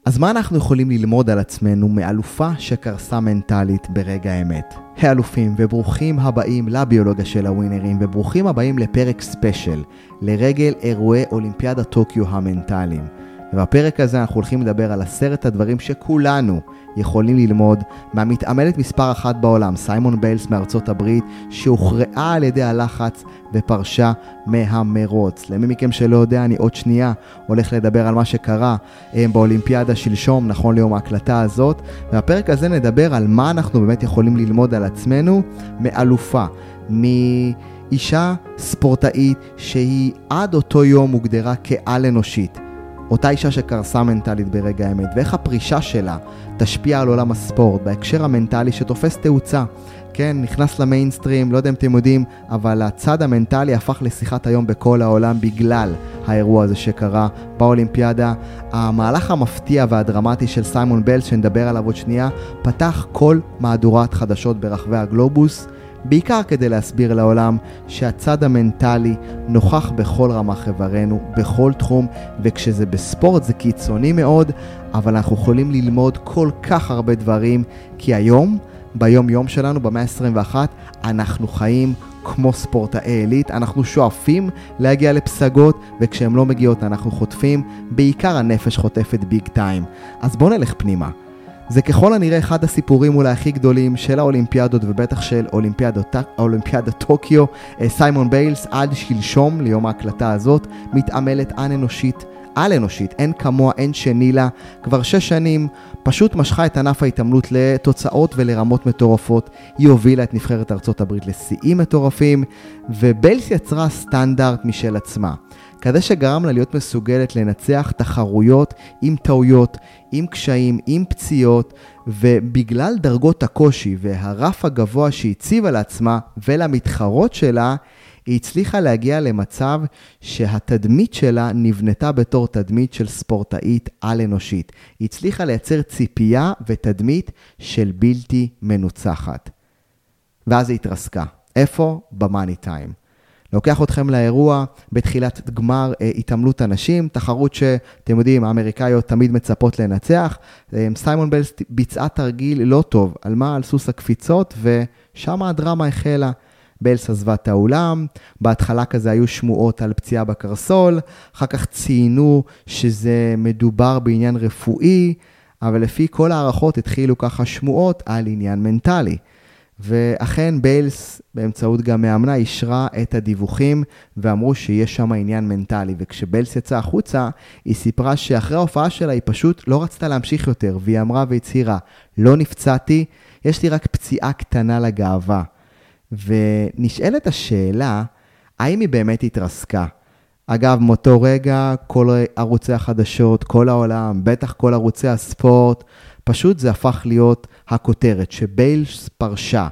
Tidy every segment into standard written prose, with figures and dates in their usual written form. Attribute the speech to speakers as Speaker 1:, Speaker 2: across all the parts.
Speaker 1: אז מה אנחנו יכולים ללמוד על עצמנו מאלופה שקרסה מנטלית ברגע האמת? האלופים, וברוכים הבאים לביולוגיה של הווינרים, וברוכים הבאים לפרק ספיישל לרגל אירועי אולימפיאדת טוקיו המנטליים. ובפרק הזה אנחנו הולכים לדבר על 10 הדברים שכולנו יכולים ללמוד מהמתעמלת מספר 1 בעולם, סיימון ביילס מארצות הברית, שהוכרעה על ידי הלחץ ופרשה מהמרוץ. למי מכם שלא יודע, אני עוד שנייה הולך לדבר על מה שקרה באולימפיאדה שלשום, נכון ליום ההקלטה הזאת, ובפרק הזה נדבר על מה אנחנו באמת יכולים ללמוד על עצמנו מאלופה, מאישה ספורטאית שהיא עד אותו יום מוגדרה כעל אנושית. אותה אישה שקרסה מנטלית ברגע האמת, ואיך הפרישה שלה תשפיע על עולם הספורט בהקשר המנטלי שתופס תאוצה. כן, נכנס למיינסטרים, לא יודע אם אתם יודעים, אבל הצד המנטלי הפך לשיחת היום בכל העולם בגלל האירוע הזה שקרה באולימפיאדה. המהלך המפתיע והדרמטי של סיימון ביילס, שנדבר עליו עוד שנייה, פתח כל מהדורת חדשות ברחבי הגלובוס, בעיקר כדי להסביר לעולם שהצד המנטלי נוכח בכל רמ"ח איברנו, בכל תחום, וכשזה בספורט זה קיצוני מאוד, אבל אנחנו יכולים ללמוד כל כך הרבה דברים, כי היום, ביום יום שלנו, במאה ה-21, אנחנו חיים כמו ספורטאי עילית, אנחנו שואפים להגיע לפסגות, וכשהם לא מגיעות אנחנו חוטפים, בעיקר הנפש חוטפת ביג טיים. אז בואו נלך פנימה. זה ככל הנראה אחד הסיפורים אולי הכי גדולים של האולימפיאדות, ובטח של אולימפיאדת טוקיו. סיימון ביילס עד שלשום, ליום ההקלטה הזאת, מתעמלת על אנושית, אין כמוה, אין שני לה, כבר 6 שנים, פשוט משכה את ענף ההתעמלות לתוצאות ולרמות מטורפות. היא הובילה את נבחרת ארצות הברית לשיאים מטורפים, וביילס יצרה סטנדרט משל עצמה, כזה שגרם לה להיות מסוגלת לנצח תחרויות עם טעויות, עם קשיים, עם פציעות, ובגלל דרגות הקושי והרף הגבוה שהציבה לעצמה ולמתחרות שלה, היא הצליחה להגיע למצב שהתדמית שלה נבנתה בתור תדמית של ספורטאית על אנושית. היא הצליחה לייצר ציפייה ותדמית של בלתי מנוצחת. ואז היא התרסקה. איפה? במאני טיים. לוקח אתכם לאירוע בתחילת גמר התעמלות הנשים, תחרות שאתם יודעים, האמריקאיות תמיד מצפות לנצח. סיימון ביילס ביצעה תרגיל לא טוב, על מה? על סוס הקפיצות, ושם הדרמה החלה. ביילס עזבה את האולם, בהתחלה כזה היו שמועות על פציעה בקרסול, אחר כך ציינו שזה מדובר בעניין רפואי, אבל לפי כל הערכות התחילו ככה שמועות על עניין מנטלי. ואכן ביילס באמצעות גם מאמנה אישרה את הדיווחים ואמרו שיש שם עניין מנטלי, וכשביילס יצא החוצה היא סיפרה שאחרי ההופעה שלה היא פשוט לא רצתה להמשיך יותר, והיא אמרה והצהירה, לא נפצעתי, יש לי רק פציעה קטנה לגאווה. ונשאלת השאלה, האם היא באמת התרסקה? אגב, מאותו רגע כל ערוצי החדשות, כל העולם, בטח כל ערוצי הספורט, פשוט זה הפך להיות הכותרת, שביילס פרשה,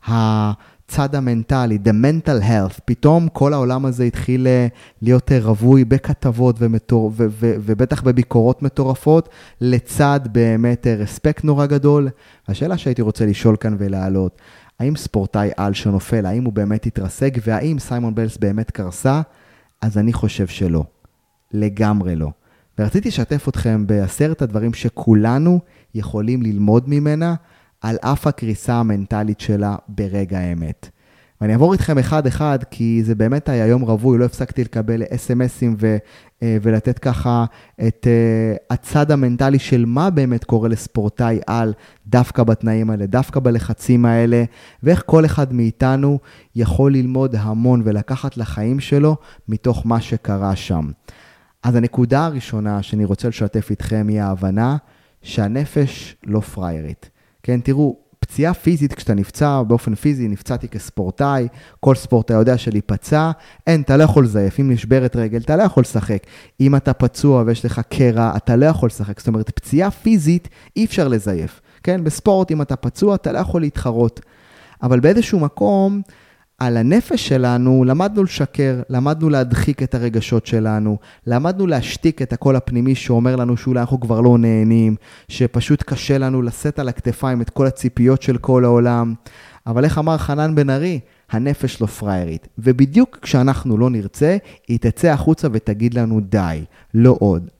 Speaker 1: הצד המנטלי, the mental health, פתאום כל העולם הזה התחיל להיות רווי בכתבות ובטח בביקורות מטורפות, לצד באמת רספקט נורא גדול. השאלה שהייתי רוצה לשאול כאן ולהעלות, האם ספורטאי על שנופל, האם הוא באמת התרסק, והאם סיימון ביילס באמת קרסה? אז אני חושב שלא, לגמרי לא. ורציתי לשתף אתכם ב10 הדברים שכולנו יכולים ללמוד ממנה, על אף הקריסה המנטלית שלה ברגע האמת. ואני אעבור איתכם אחד אחד, כי זה באמת היה יום רווי, לא הפסקתי לקבל SMSים ולתת ככה את הצד המנטלי של מה באמת קורה לספורטאי על, דווקא בתנאים האלה, דווקא בלחצים האלה, ואיך כל אחד מאיתנו יכול ללמוד המון ולקחת לחיים שלו מתוך מה שקרה שם. אז הנקודה הראשונה שאני רוצה לשתף איתכם היא ההבנה שהנפש לא פריירית. כן, תראו, פציעה פיזית, כשאתה נפצע באופן פיזי, נפצעתי כספורטאי, כל ספורטאי יודע שלהיפצע, אתה לא יכול לזייף, אם נשברת רגל, אתה לא יכול לשחק. אם אתה פצוע ויש לך קרע, אתה לא יכול לשחק. זאת אומרת, פציעה פיזית אי אפשר לזייף. כן, בספורט, אם אתה פצוע, אתה לא יכול להתחרות. אבל באיזשהו מקום, על הנפש שלנו למדנו לשקר, למדנו להדחיק את הרגשות שלנו, למדנו להשתיק את הקול הפנימי שאומר לנו שאולי אנחנו כבר לא נהנים, שפשוט קשה לנו לשאת על הכתפיים את כל הציפיות של כל העולם. אבל איך אמר חנן בן ארי? הנפש לא פריירית. ובדיוק כשאנחנו לא נרצה, היא תצא החוצה ותגיד לנו די, לא עוד,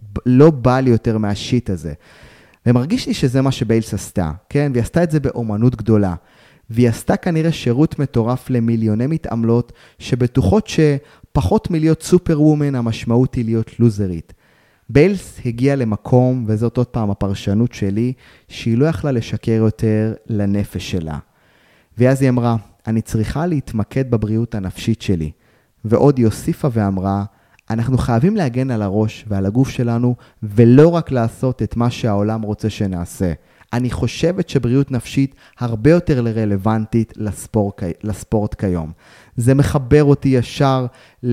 Speaker 1: לא בא לי יותר מהשיט הזה. ומרגיש לי שזה מה שביילס עשתה, כן? והיא עשתה את זה באומנות גדולה. והיא עשתה כנראה שירות מטורף למיליוני מתעמלות, שבטוחות שפחות מלהיות סופר וומן, המשמעות היא להיות לוזרית. ביילס הגיעה למקום, וזאת עוד פעם הפרשנות שלי, שהיא לא יכלה לשקר יותר לנפש שלה. ואז היא אמרה, אני צריכה להתמקד בבריאות הנפשית שלי. ועוד היא הוסיפה ואמרה, אנחנו חייבים להגן על הראש ועל הגוף שלנו, ולא רק לעשות את מה שהעולם רוצה שנעשה. אני חושבת שבריאות נפשית הרבה יותר רלוונטית לספורט כיום. זה מחבר אותי ישר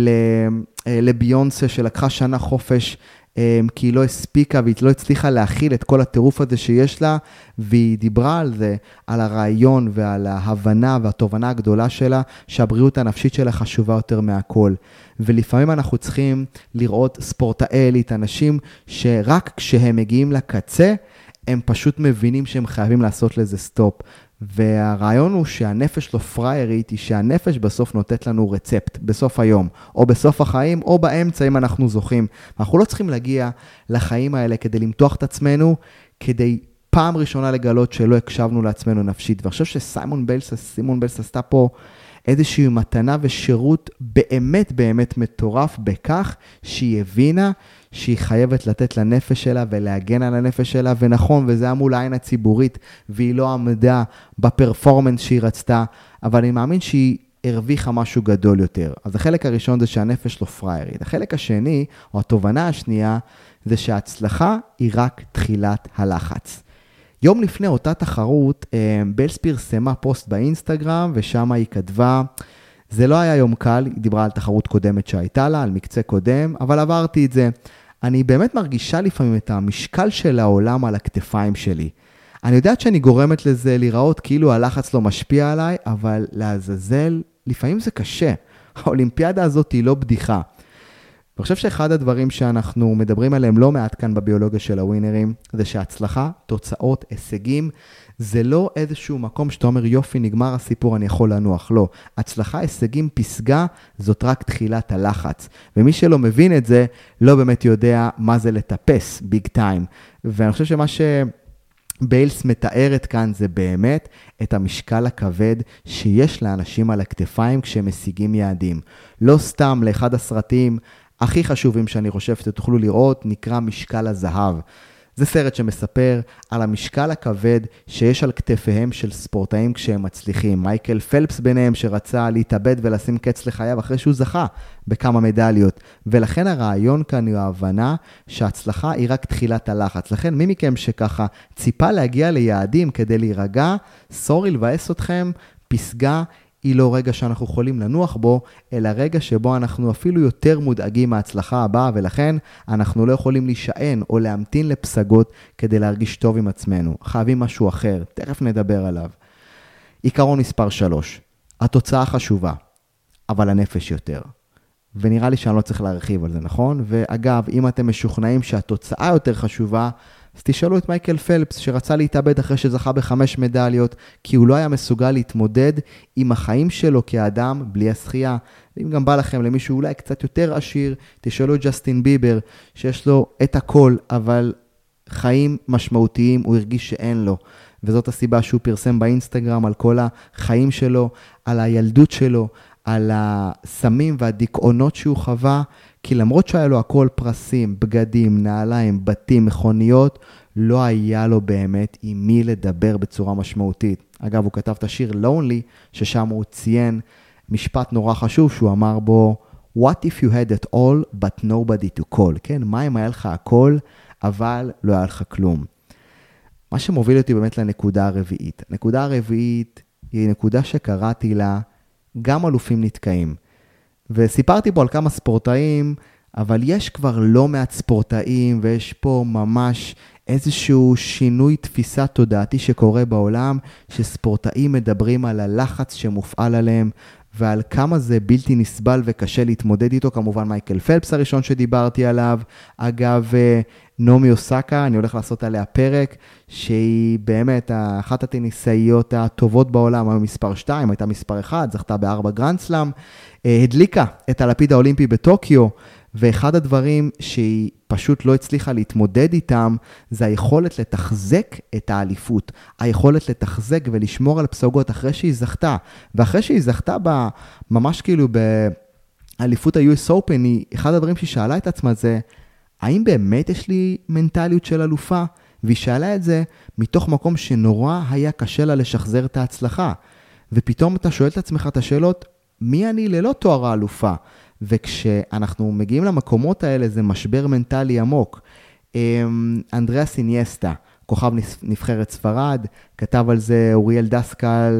Speaker 1: לביונסה שלקחה שנה חופש, כי היא לא הספיקה והיא לא הצליחה להכיל את כל הטירוף הזה שיש לה, והיא דיברה על זה, על הרעיון ועל ההבנה והתובנה הגדולה שלה, שהבריאות הנפשית שלה חשובה יותר מהכל. ולפעמים אנחנו צריכים לראות ספורטאי אלית, אנשים שרק כשהם מגיעים לקצה, הם פשוט מבינים שהם חייבים לעשות לזה סטופ. והרעיון הוא שהנפש לא פריירית, היא שהנפש בסוף נותנת לנו רצפט, בסוף היום, או בסוף החיים, או באמצע אם אנחנו זוכים. אנחנו לא צריכים להגיע לחיים האלה כדי למתוח את עצמנו, כדי פעם ראשונה לגלות שלא הקשבנו לעצמנו נפשית. ואני חושב שסימון ביילס עשתה פה איזושהי מתנה ושירות באמת באמת מטורף בכך שהיא הבינה שהיא חייבת לתת לנפש שלה ולהגן על הנפש שלה, ונכון, וזה היה מול העין הציבורית, והיא לא עמדה בפרפורמנס שהיא רצתה, אבל אני מאמין שהיא הרוויחה משהו גדול יותר. אז החלק הראשון זה שהנפש לא פריירית. החלק השני, או התובנה השנייה, זה שההצלחה היא רק תחילת הלחץ. יום לפני אותה תחרות, ביילס פרסמה פוסט באינסטגרם, ושם היא כתבה, זה לא היה יום קל, היא דיברה על תחרות קודמת שהייתה לה, על מקצה קודם, אבל עברתי את זה. אני באמת מרגישה לפעמים את המשקל של העולם על הכתפיים שלי. אני יודעת שאני גורמת לזה לראות כאילו הלחץ לא משפיע עליי, אבל לעזאזל, לפעמים זה קשה. האולימפיאדה הזאת היא לא בדיחה. אני חושב שאחד הדברים שאנחנו מדברים עליהם לא מעט כאן בביולוגיה של הווינרים, זה שההצלחה, תוצאות, הישגים, זה לא איזשהו מקום שאתה אומר, יופי, נגמר הסיפור, אני יכול לנוח. לא. הצלחה, הישגים, פסגה, זאת רק תחילת הלחץ. ומי שלא מבין את זה, לא באמת יודע מה זה לטפס, ביג טיים. ואני חושב שמה ביילס מתארת כאן זה באמת את המשקל הכבד שיש לאנשים על הכתפיים כשהם משיגים יעדים. לא סתם לאחד הסרטים הכי חשובים שאני חושב שתוכלו לראות, נקרא משקל הזהב. זה סרט שמספר על המשקל הכבד שיש על כתפיהם של ספורטאים כשהם מצליחים. מייקל פלפס ביניהם שרצה להתאבד ולשים קץ לחייו אחרי שהוא זכה בכמה מדליות. ולכן הרעיון כאן הוא ההבנה שההצלחה היא רק תחילת הלחץ. לכן מי מכם שככה ציפה להגיע ליעדים כדי להירגע, סורי לבאס אתכם, פסגה היא לא רגע שאנחנו יכולים לנוח בו, אלא רגע שבו אנחנו אפילו יותר מודאגים מההצלחה הבאה, ולכן אנחנו לא יכולים להישען או להמתין לפסגות כדי להרגיש טוב עם עצמנו. חייבים משהו אחר, תכף נדבר עליו. עיקרון מספר 3, התוצאה חשובה, אבל הנפש יותר. ונראה לי שאני לא צריך להרחיב על זה, נכון? ואגב, אם אתם משוכנעים שהתוצאה יותר חשובה, אז תשאלו את מייקל פלפס שרצה להתאבד אחרי שזכה ב5 מדליות, כי הוא לא היה מסוגל להתמודד עם החיים שלו כאדם בלי השחייה. ואם גם בא לכם למישהו אולי קצת יותר עשיר, תשאלו את ג'סטין ביבר שיש לו את הכל, אבל חיים משמעותיים הוא הרגיש שאין לו. וזאת הסיבה שהוא פרסם באינסטגרם על כל החיים שלו, על הילדות שלו, על הסמים והדיכאונות שהוא חווה, כי למרות שהיה לו הכל פרסים, בגדים, נעליים, בתים, מכוניות, לא היה לו באמת עם מי לדבר בצורה משמעותית. אגב, הוא כתב את השיר Lonely, ששם הוא ציין משפט נורא חשוב, שהוא אמר בו, What if you had it all, but nobody to call? כן, מה אם היה לך הכל, אבל לא היה לך כלום. מה שמוביל אותי באמת לנקודה הרביעית. הנקודה הרביעית היא נקודה שקראתי לה, גם אלופים נתקעים. וסיפרתי פה על כמה ספורטאים, אבל יש כבר לא מעט ספורטאים, ויש פה ממש איזשהו שינוי תפיסה תודעתי שקורה בעולם, שספורטאים מדברים על הלחץ שמופעל עליהם, ועל כמה זה בלתי נסבל וקשה להתמודד איתו. כמובן מייקל פלפס הראשון שדיברתי עליו, אגב נעמי אוסקה, אני הולך לעשות עליה פרק, שהיא באמת אחת הטניסאיות הטובות בעולם, היום מספר 2, הייתה מספר 1, זכתה ב4 גרנד סלאם, הדליקה את הלפיד האולימפי בטוקיו, ואחד הדברים שהיא פשוט לא הצליחה להתמודד איתם, זה היכולת לתחזק את האליפות, היכולת לתחזק ולשמור על פסגות אחרי שהיא זכתה, ואחרי שהיא זכתה ממש כאילו באליפות ה-US Open, היא אחד הדברים שהיא שאלה את עצמה זה, האם באמת יש לי מנטליות של אלופה? והיא שאלה את זה מתוך מקום שנורא היה קשה לה לשחזר את ההצלחה. ופתאום אתה שואל את עצמך את השאלות, מי אני ללא תואר האלופה? וכשאנחנו מגיעים למקומות האלה, זה משבר מנטלי עמוק. אנדריאס אינייסטה, כוכב נבחרת ספרד, כתב על זה אוריאל דסקל,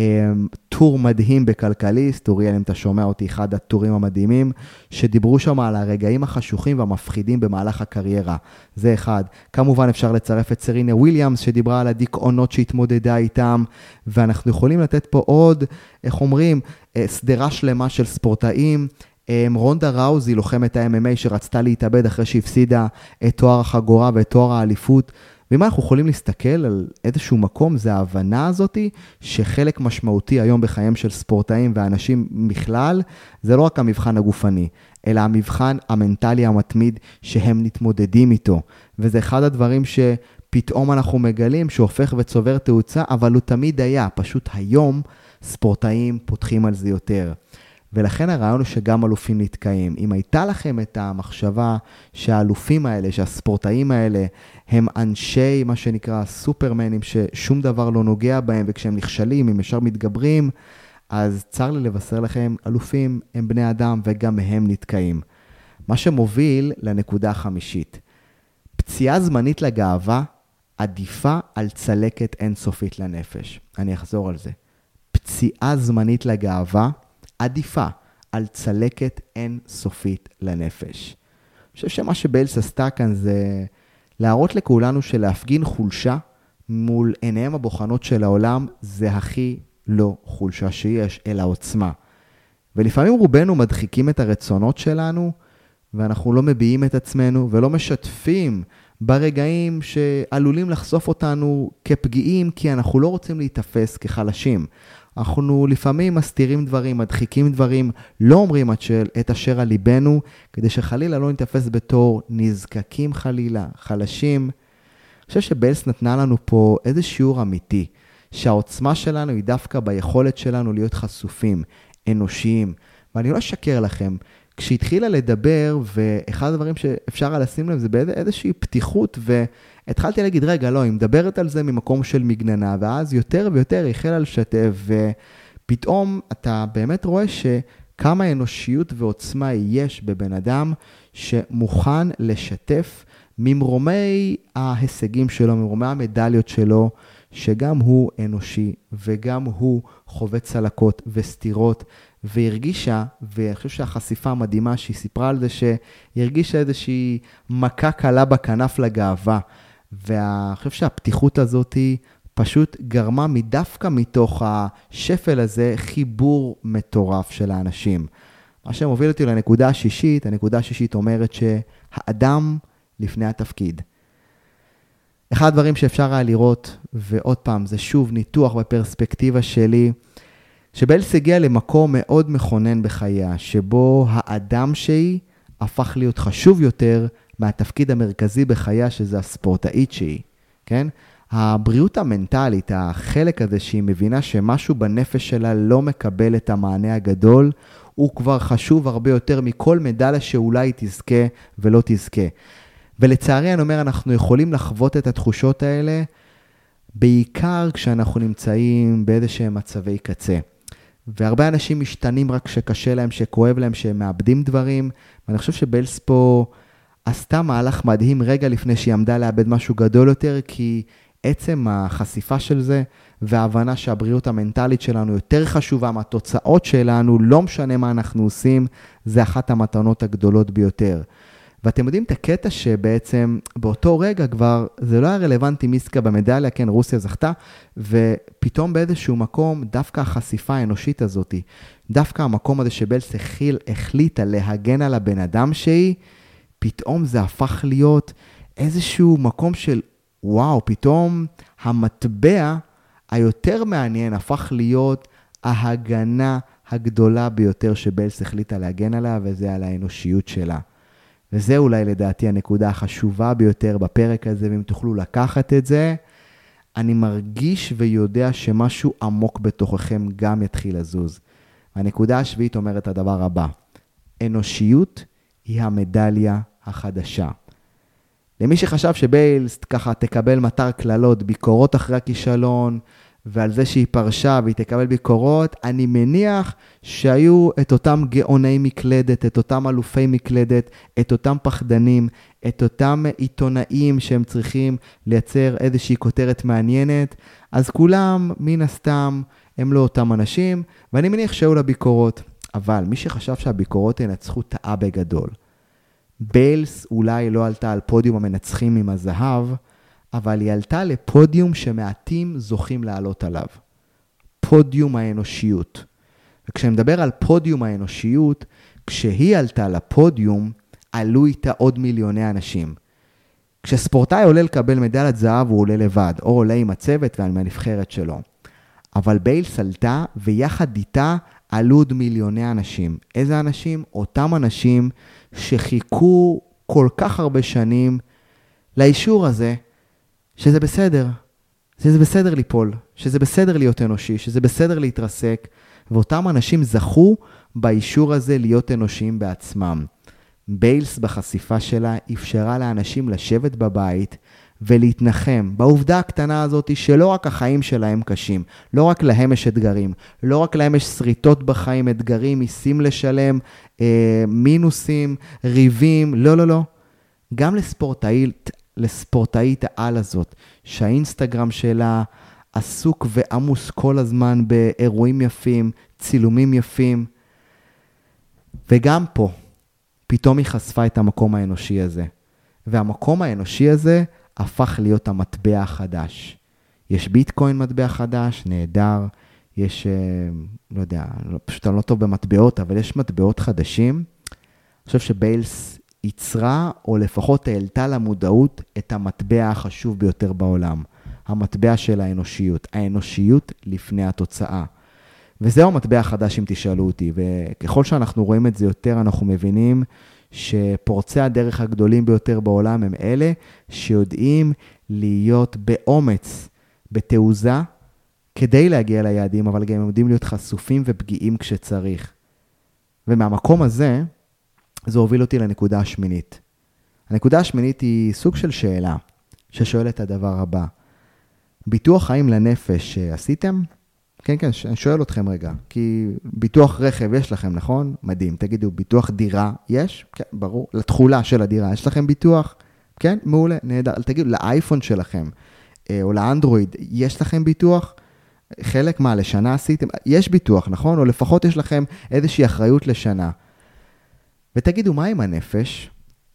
Speaker 1: טור מדהים בכלכליסט, אוריאל, אם אתה שומע אותי, אחד הטורים המדהימים, שדיברו שם על הרגעים החשוכים והמפחידים במהלך הקריירה. זה אחד. כמובן אפשר לצרף את סרינה וויליאמס, שדיברה על הדיכאונות שהתמודדה איתם, ואנחנו יכולים לתת פה עוד, איך אומרים, סדרה שלמה של ספורטאים, רונדה ראוזי, לוחמת ה-MMA, שרצתה להתאבד אחרי שהפסידה את תואר החגורה ואת תואר האליפות, ואם אנחנו יכולים להסתכל על איזשהו מקום, זה ההבנה הזאת שחלק משמעותי היום בחיים של ספורטאים ואנשים בכלל, זה לא רק המבחן הגופני, אלא המבחן המנטלי המתמיד שהם מתמודדים איתו. וזה אחד הדברים שפתאום אנחנו מגלים שהופך וצובר תאוצה, אבל הוא תמיד היה. פשוט היום ספורטאים פותחים על זה יותר. ולכן הרעיון הוא שגם אלופים נתקעים. אם הייתה לכם את המחשבה שהאלופים האלה, שהספורטאים האלה, הם אנשי, מה שנקרא, סופרמנים, ששום דבר לא נוגע בהם, וכשהם נכשלים, הם ישר מתגברים, אז צר לי לבשר לכם, אלופים הם בני אדם, וגם הם נתקעים. מה שמוביל לנקודה החמישית. פציעה זמנית לגאווה, עדיפה על צלקת אינסופית לנפש. אני אחזור על זה. פציעה זמנית לגאווה, עדיפה על צלקת אין סופית לנפש. אני חושב שמה שבלס עשתה כאן זה להראות לכולנו שלהפגין חולשה מול עיניהם הבוחנות של העולם, זה הכי לא חולשה שיש, אלא עוצמה. ולפעמים רובנו מדחיקים את הרצונות שלנו, ואנחנו לא מביעים את עצמנו ולא משתפים ברגעים שעלולים לחשוף אותנו כפגיעים, כי אנחנו לא רוצים להתאפס כחלשים. אנחנו לפעמים מסתירים דברים, מדחיקים דברים, לא אומרים את אשר על ליבנו, כדי שחלילה לא נתאפס בתור נזקקים חלילה, חלשים. אני חושב שבלס נתנה לנו פה איזה שיעור אמיתי, שהעוצמה שלנו היא דווקא ביכולת שלנו להיות חשופים, אנושיים. ואני לא אשקר לכם, כשהתחילה לדבר, ואחד הדברים שאפשר לשים לב זה באיזושהי פתיחות, והתחלתי להגיד, רגע, לא, היא מדברת על זה ממקום של מגננה, ואז יותר ויותר היא החלה לשתף, ופתאום אתה באמת רואה שכמה אנושיות ועוצמה יש בבן אדם, שמוכן לשתף ממרומי ההישגים שלו, ממרומי המדליות שלו, שגם הוא אנושי, וגם הוא חווה צלקות וסתירות, והרגישה, ואני חושב שהחשיפה המדהימה שהיא סיפרה על זה, שהיא הרגישה איזושהי מכה קלה בכנף לגאווה, ואני חושב שהפתיחות הזאת פשוט גרמה דווקא מתוך השפל הזה, חיבור מטורף של האנשים. מה שמוביל אותי לנקודה השישית, הנקודה השישית אומרת שהאדם לפני התפקיד. אחד הדברים שאפשר היה לראות, ועוד פעם, זה שוב ניתוח בפרספקטיבה שלי, שבלס הגיע למקום מאוד מכונן בחייה, שבו האדם שהיא הפך להיות חשוב יותר מהתפקיד המרכזי בחייה, שזה הספורטאית שהיא, כן? הבריאות המנטלית, החלק הזה שהיא מבינה שמשהו בנפש שלה לא מקבל את המענה הגדול, הוא כבר חשוב הרבה יותר מכל מדליה שאולי תזכה ולא תזכה. ולצערי אני אומר, אנחנו יכולים לחוות את התחושות האלה, בעיקר כשאנחנו נמצאים באיזשהם מצבי קצה. והרבה אנשים משתנים רק שקשה להם, שכואב להם, שהם מאבדים דברים, ואני חושב שבלס פה עשתה מהלך מדהים רגע לפני שהיא עמדה לאבד משהו גדול יותר, כי עצם החשיפה של זה, וההבנה שהבריאות המנטלית שלנו יותר חשובה מהתוצאות שלנו, לא משנה מה אנחנו עושים, זה אחת המתנות הגדולות ביותר. ואתם יודעים את הקטע שבעצם באותו רגע כבר זה לא היה רלוונטי מיסקה במדליה, כן, רוסיה זכתה, ופתאום באיזשהו מקום דווקא החשיפה האנושית הזאת, דווקא המקום הזה שבלס החליטה להגן על הבן אדם שהיא, פתאום זה הפך להיות איזשהו מקום של וואו, פתאום המטבע היותר מעניין הפך להיות ההגנה הגדולה ביותר שבלס החליטה להגן עליה, וזה על האנושיות שלה. וזה אולי לדעתי הנקודה החשובה ביותר בפרק הזה, ואם תוכלו לקחת את זה, אני מרגיש ויודע שמשהו עמוק בתוככם גם יתחיל לזוז. הנקודה השביעית אומרת הדבר הבא, אנושיות היא המדליה החדשה. למי שחשב שביילס ככה תקבל מטר כללות, ביקורות אחרי הכישלון, ועל זה שהיא פרשה והיא תקבל ביקורות, אני מניח שהיו את אותם גאוני מקלדת, את אותם אלופי מקלדת, את אותם פחדנים, את אותם עיתונאים שהם צריכים לייצר איזושהי כותרת מעניינת, אז כולם מן הסתם הם לא אותם אנשים, ואני מניח שהיו לה ביקורות. אבל מי שחשב שהביקורות ינצחו טעה בגדול. ביילס אולי לא עלתה על פודיום המנצחים עם הזהב, אבל היא עלתה לפודיום שמעטים זוכים לעלות עליו. פודיום האנושיות. וכשאני מדבר על פודיום האנושיות, כשהיא עלתה לפודיום, עלו איתה עוד מיליוני אנשים. כשספורטאי עולה לקבל מדליית זהב, הוא עולה לבד, או עולה עם הצוות והנבחרת שלו. אבל ביילס עלתה, ויחד איתה עלו עוד מיליוני אנשים. איזה אנשים? אותם אנשים שחיכו כל כך הרבה שנים לאישור הזה, שזה בסדר, שזה בסדר ליפול, שזה בסדר להיות אנושי, שזה בסדר להתרסק, ואותם אנשים זכו באישור הזה להיות אנושיים בעצמם. ביילס בחשיפה שלה אפשרה לאנשים לשבת בבית ולהתנחם בעובדה הקטנה הזאת שלא רק החיים שלהם קשים, לא רק להם יש אתגרים, לא רק להם יש שריטות בחיים, אתגרים, מיסים לשלם, מינוסים, ריבים, לא. גם לספורטאית העל הזאת, שהאינסטגרם שלה עסוק ועמוס כל הזמן באירועים יפים, צילומים יפים, וגם פה, פתאום היא חשפה את המקום האנושי הזה. והמקום האנושי הזה הפך להיות המטבע החדש. יש ביטקוין מטבע חדש, נהדר, יש, לא יודע, פשוט אני לא טוב במטבעות, אבל יש מטבעות חדשים. אני חושב שביילס יצרה, או לפחות העלתה למודעות, את המטבע החשוב ביותר בעולם. המטבע של האנושיות. האנושיות לפני התוצאה. וזהו המטבע החדש אם תשאלו אותי, וככל שאנחנו רואים את זה יותר, אנחנו מבינים שפורצי הדרך הגדולים ביותר בעולם הם אלה שיודעים להיות באומץ, בתעוזה, כדי להגיע ליעדים, אבל גם יודעים להיות חשופים ופגיעים כשצריך. ומהמקום הזה, זה הוביל אותי לנקודה השמינית. הנקודה השמינית היא סוג של שאלה, ששואלת את הדבר הבא. ביטוח חיים לנפש עשיתם? כן, אני שואל אתכם רגע, כי ביטוח רכב יש לכם, נכון? מדהים. תגידו, ביטוח דירה יש? כן, ברור. לתחולה של הדירה, יש לכם ביטוח? כן, מעולה, נהדר. תגידו, לאייפון שלכם, או לאנדרואיד, יש לכם ביטוח? חלק מה, לשנה עשיתם? יש ביטוח, נכון? או לפחות יש לכם איזושהי אחריות לשנה. ותגידו, מה עם הנפש?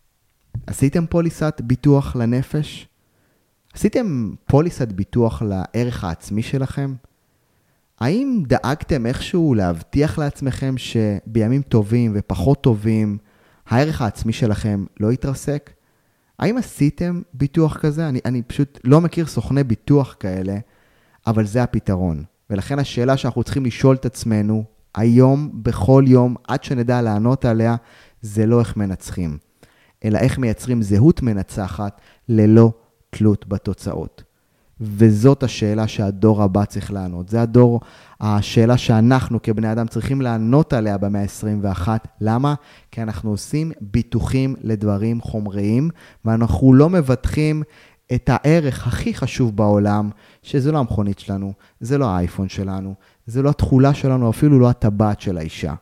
Speaker 1: עשיתם פוליסת ביטוח לנפש? עשיתם פוליסת ביטוח לערך העצמי שלכם? האם דאגתם איכשהו להבטיח לעצמכם שבימים טובים ופחות טובים, הערך העצמי שלכם לא יתרסק? האם עשיתם ביטוח כזה? אני פשוט לא מכיר סוכני ביטוח כאלה, אבל זה הפתרון. ולכן השאלה שאנחנו צריכים לשאול את עצמנו, היום, בכל יום, עד שנדע לענות עליה, זה לא איך מנצחים, אלא איך מייצרים זהות מנצחת ללא תלות בתוצאות. וזאת השאלה שהדור הבא צריך לענות. זה השאלה שאנחנו כבני אדם צריכים לענות עליה במאה ה-21. למה? כי אנחנו עושים ביטוחים לדברים חומריים, ואנחנו לא מבטחים את הערך הכי חשוב בעולם, שזה לא המכונית שלנו, זה לא האייפון שלנו, זה לא התחולה שלנו, אפילו לא הטבעת של האישה.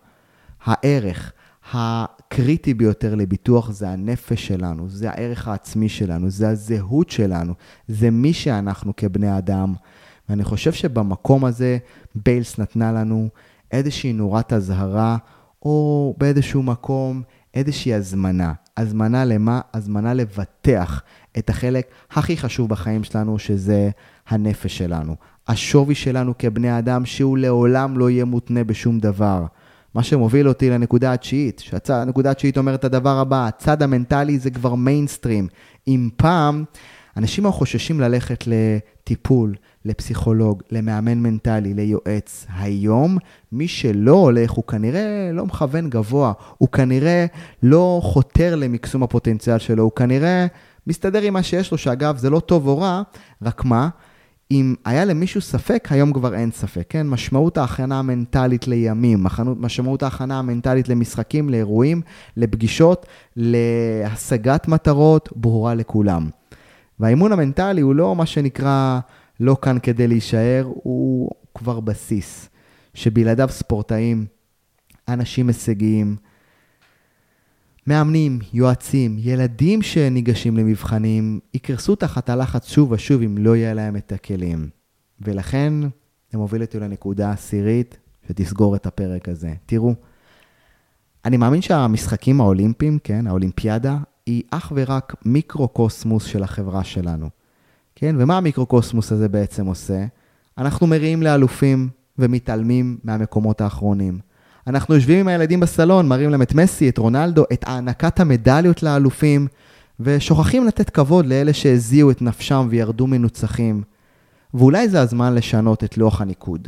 Speaker 1: הערך הקריטי ביותר לביטוח זה הנפש שלנו, זה הערך העצמי שלנו, זה הזהות שלנו, זה מי שאנחנו כבני אדם. ואני חושב שבמקום הזה ביילס נתנה לנו איזושהי נורת הזהרה, או באיזשהו מקום איזושהי הזמנה. הזמנה למה? הזמנה לבטח את החלק הכי חשוב בחיים שלנו, שזה הנפש שלנו. השווי שלנו כבני אדם, שהוא לעולם לא יהיה מותנה בשום דבר. מה שמוביל אותי לנקודה התשיעית, שהנקודה התשיעית אומרת את הדבר הבא, הצד המנטלי זה כבר מיינסטרים. אם פעם אנשים החוששים ללכת לטיפול, לפסיכולוג, למאמן מנטלי, ליועץ. היום, מי שלא הולך, הוא כנראה לא מכוון גבוה, הוא כנראה לא חותר למקסום הפוטנציאל שלו, הוא כנראה מסתדר עם מה שיש לו, שאגב, זה לא טוב או רע, רק מה? אם היה למישהו ספק, היום כבר אין ספק, כן? משמעות ההכנה המנטלית לימים, משמעות ההכנה המנטלית למשחקים, לאירועים, לפגישות, להשגת מטרות, ברורה לכולם. והאימון המנטלי הוא לא מה שנקרא לא כאן כדי להישאר, הוא כבר בסיס, שבלעדיו ספורטאים, אנשים הישגיים, מאמנים, יועצים, ילדים שניגשים למבחנים, יקרסו תחת הלחץ שוב ושוב אם לא יהיה להם את הכלים. ולכן, זה מוביל אותי לנקודה עשירית שתסגור את הפרק הזה. תראו, אני מאמין שהמשחקים האולימפיים, כן, האולימפיאדה, היא אך ורק מיקרוקוסמוס של החברה שלנו. כן, ומה המיקרוקוסמוס הזה בעצם עושה? אנחנו מריעים לאלופים ומתעלמים מהמקומות האחרונים. אנחנו יושבים עם הילדים בסלון, מראים להם את מסי, את רונלדו, את הענקת המדליות לאלופים, ושוכחים לתת כבוד לאלה שהזיעו את נפשם וירדו מנוצחים. ואולי זה הזמן לשנות את לוח הניקוד,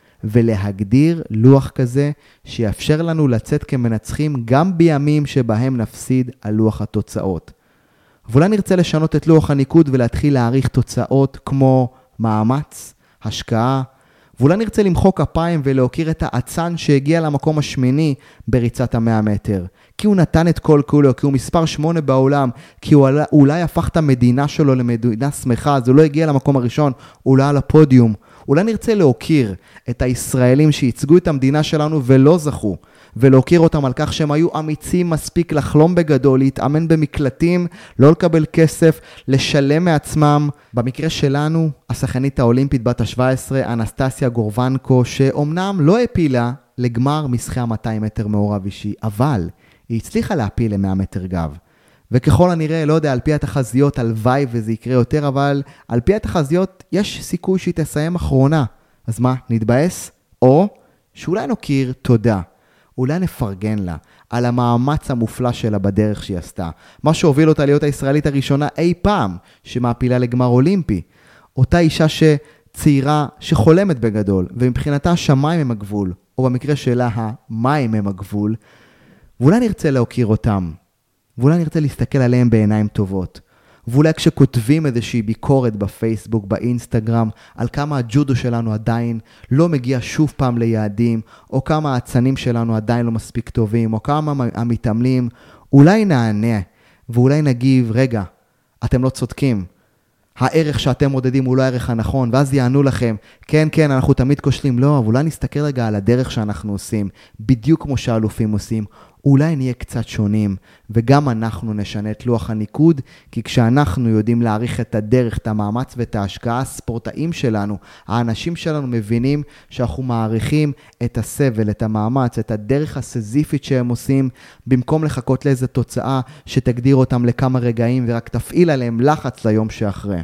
Speaker 1: ולהגדיר לוח כזה שיאפשר לנו לצאת כמנצחים גם בימים שבהם נפסיד על לוח התוצאות. ואולי נרצה לשנות את לוח הניקוד ולהתחיל להעריך תוצאות כמו מאמץ, השקעה, ואולי נרצה למחוא כפיים ולהוקיר את העצן שהגיע למקום השמיני בריצת 100 מטר. כי הוא נתן את כל כולו, כי הוא מספר 8 בעולם, כי הוא אולי הפך את המדינה שלו למדינה שמחה, אז הוא לא הגיע למקום הראשון, הוא לא על הפודיום. אולי נרצה להוקיר את הישראלים שייצגו את המדינה שלנו ולא זכו, ולהוקיר אותם על כך שהם היו אמיצים מספיק לחלום בגדול, להתאמן במקלטים, לא לקבל כסף, לשלם מעצמם. במקרה שלנו, השחקנית האולימפית בת ה-17, אנסטסיה גורבנקו, שאומנם לא הפילה לגמר משחי ה-200 מטר מעורב אישי, אבל היא הצליחה להפיל ל-100 מטר גב. וככל הנראה, לא יודע, על פי התחזיות, הלוואי וזה יקרה יותר, אבל על פי התחזיות יש סיכוי שהיא תסיים אחרונה. אז מה, נתבאס? או שאולי נוקיר תודה. אולי נפרגן לה על המאמץ המופלא שלה בדרך שהיא עשתה. מה שהוביל אותה להיות הישראלית הראשונה אי פעם שמעפילה לגמר אולימפי. אותה אישה שצעירה שחולמת בגדול, ומבחינתה השמיים הם הגבול, או במקרה שלה המים הם הגבול, ואולי נרצה להוקיר אותם. ואולי נרצה להסתכל עליהם בעיניים טובות. ואולי כשכותבים איזושהי ביקורת בפייסבוק, באינסטגרם, על כמה הג'ודו שלנו עדיין לא מגיע שוב פעם ליעדים, או כמה העצנים שלנו עדיין לא מספיק טובים, או כמה המתעמלים, אולי נענה, ואולי נגיב, רגע, אתם לא צודקים. הערך שאתם מודדים הוא לא הערך הנכון, ואז יענו לכם, כן, כן, אנחנו תמיד כושלים. לא, אבל אולי נסתכל רגע על הדרך שאנחנו עושים, בדיוק כמו שהאלופים עושים. אולי נהיה קצת שונים, וגם אנחנו נשנה את לוח הניקוד, כי כשאנחנו יודעים להעריך את הדרך, את המאמץ ואת ההשקעה, הספורטאים שלנו, האנשים שלנו מבינים שאנחנו מעריכים את הסבל, את המאמץ, את הדרך הסזיפית שהם עושים, במקום לחכות לאיזו תוצאה שתגדיר אותם לכמה רגעים, ורק תפעיל עליהם לחץ ליום שאחרי.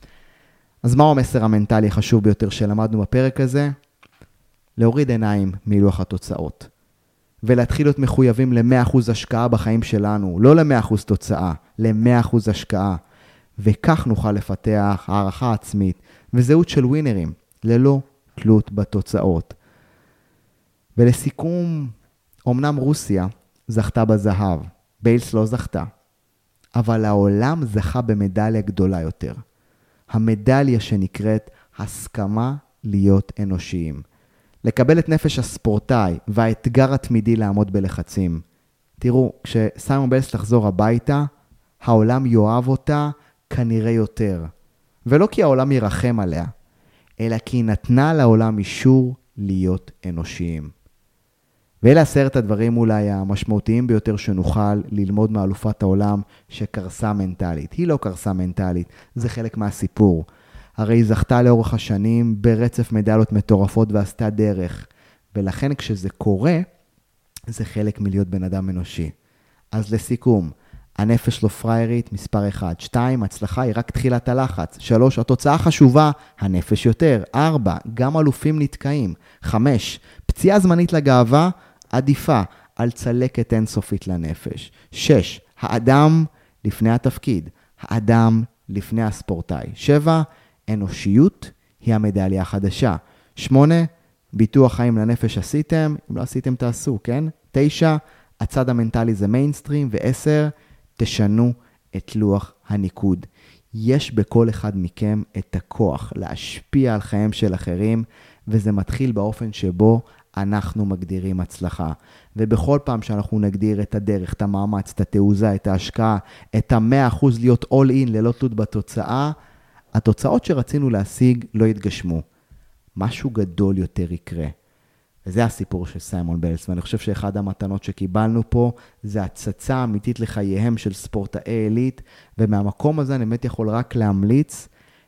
Speaker 1: אז מהו המסר המנטלי החשוב ביותר שלמדנו בפרק הזה? להוריד עיניים מלוח התוצאות. ולהתחיל להיות מחויבים ל-100% השקעה בחיים שלנו, לא ל-100% תוצאה, ל-100% השקעה. וכך נוכל לפתח הערכה עצמית וזהות של ווינרים, ללא תלות בתוצאות. ולסיכום, אמנם רוסיה זכתה בזהב, ביילס לא זכתה, אבל העולם זכה במדליה גדולה יותר. המדליה שנקראת הסכמה להיות אנושיים. לקבל את נפש הספורטאי והאתגר התמידי לעמוד בלחצים. תראו, כשסיימון ביילס תחזור הביתה, העולם יאהב אותה כנראה יותר. ולא כי העולם ירחם עליה, אלא כי היא נתנה לעולם אישור להיות אנושיים. ואלה 10 הדברים אולי המשמעותיים ביותר שנוכל ללמוד מאלופת העולם שקרסה מנטלית. היא לא קרסה מנטלית, זה חלק מהסיפור. הרי היא זכתה לאורך השנים ברצף מדליות מטורפות ועשתה דרך. ולכן כשזה קורה, זה חלק מלהיות בן אדם אנושי. אז לסיכום, הנפש לא פריירית, מספר 1. 2, הצלחה היא רק תחילת הלחץ. 3, התוצאה חשובה, הנפש יותר. 4, גם אלופים נתקעים. 5, פציעה זמנית לגאווה, עדיפה על צלקת אינסופית לנפש. 6, האדם לפני התפקיד. האדם לפני הספורטאי. 7, אנושיות היא המדליה החדשה. 8, ביטוח חיים לנפש עשיתם, אם לא עשיתם תעשו, כן? 9, הצד המנטלי זה מיינסטרים, ו10, תשנו את לוח הניקוד. יש בכל אחד מכם את הכוח להשפיע על חיים של אחרים, וזה מתחיל באופן שבו אנחנו מגדירים הצלחה. ובכל פעם שאנחנו נגדיר את הדרך, את המאמץ, את התעוזה, את ההשקעה, את 100% להיות all in ללא תלות בתוצאה, התוצאות שרצינו להשיג לא יתגשמו. משהו גדול יותר יקרה. וזה הסיפור של סיימון בלס, ואני חושב שאחד המתנות שקיבלנו פה, זה הצצה אמיתית לחייהם של ספורטאי עילית, ומהמקום הזה אני באמת יכול רק להמליץ,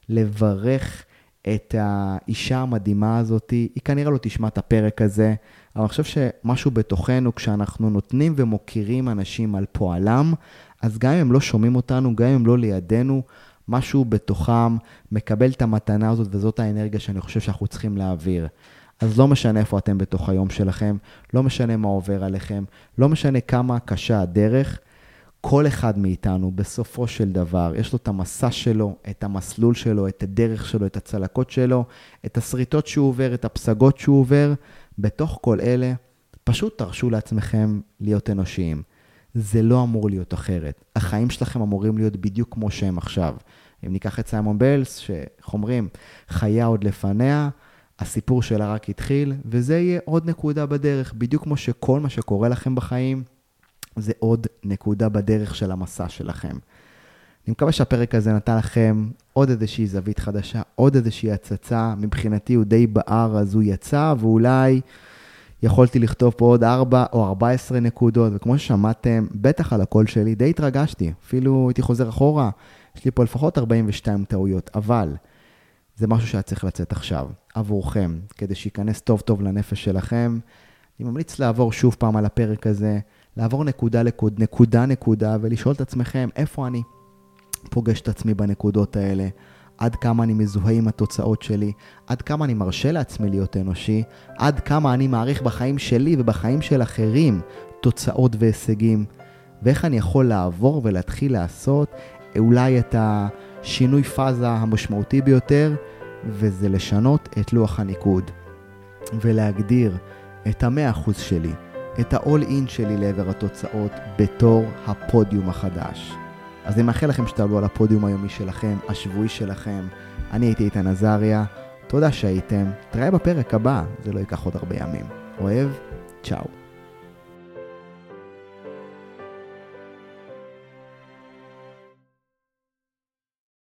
Speaker 1: לברך את האישה המדהימה הזאת, היא כנראה לא תשמע את הפרק הזה, אבל אני חושב שמשהו בתוכנו, כשאנחנו נותנים ומוכירים אנשים על פועלם, אז גם אם הם לא שומעים אותנו, גם אם הם לא לידינו, משהו בתוכם מקבל את המתנה הזאת, וזאת האנרגיה שאני חושב שאנחנו צריכים להעביר. אז לא משנה איפה אתם בתוך היום שלכם, לא משנה מה עובר עליכם, לא משנה כמה קשה הדרך, כל אחד מאיתנו בסופו של דבר, יש לו את המסע שלו, את המסלול שלו, את הדרך שלו, את הצלקות שלו, את הסריטות שהוא עובר, את הפסגות שהוא עובר. בתוך כל אלה, פשוט תרשו לעצמכם להיות אנושיים. זה לא אמור להיות אחרת. החיים שלכם אמורים להיות בדיוק כמו שהם עכשיו. אם ניקח את סיימון בלס, שאומרים, חיה עוד לפניה, הסיפור שלה רק התחיל, וזה יהיה עוד נקודה בדרך, בדיוק כמו שכל מה שקורה לכם בחיים, זה עוד נקודה בדרך של המסע שלכם. אני מקווה שהפרק הזה נתן לכם עוד איזושהי זווית חדשה, עוד איזושהי הצצה, מבחינתי הוא די בער, אז הוא יצא, ואולי יכולתי לכתוב פה עוד 4 או 14 נקודות, וכמו ששמעתם, בטח על הקול שלי, די התרגשתי, אפילו הייתי חוזר אחורה, יש לי פה לפחות 42 טעויות, אבל זה משהו שהיה צריך לצאת עכשיו, עבורכם, כדי שיכנס טוב טוב לנפש שלכם. אני ממליץ לעבור שוב פעם על הפרק הזה, לעבור נקודה, ולשאול את עצמכם, איפה אני פוגש את עצמי בנקודות האלה, עד כמה אני מזוהה עם התוצאות שלי, עד כמה אני מרשה לעצמי להיות אנושי, עד כמה אני מעריך בחיים שלי ובחיים של אחרים תוצאות והישגים, ואיך אני יכול לעבור ולהתחיל לעשות אולי את השינוי פאזה המשמעותי ביותר, וזה לשנות את לוח הניקוד, ולהגדיר את 100% שלי, את ה-all in שלי לעבר התוצאות בתור הפודיום החדש. אז אני מאחל לכם שתעלו על הפודיום היומי שלכם, השבועי שלכם. אני הייתי איתן עזריה, תודה שהייתם, תראה בפרק הבא, זה לא ייקח עוד הרבה ימים. אוהב, צ'או.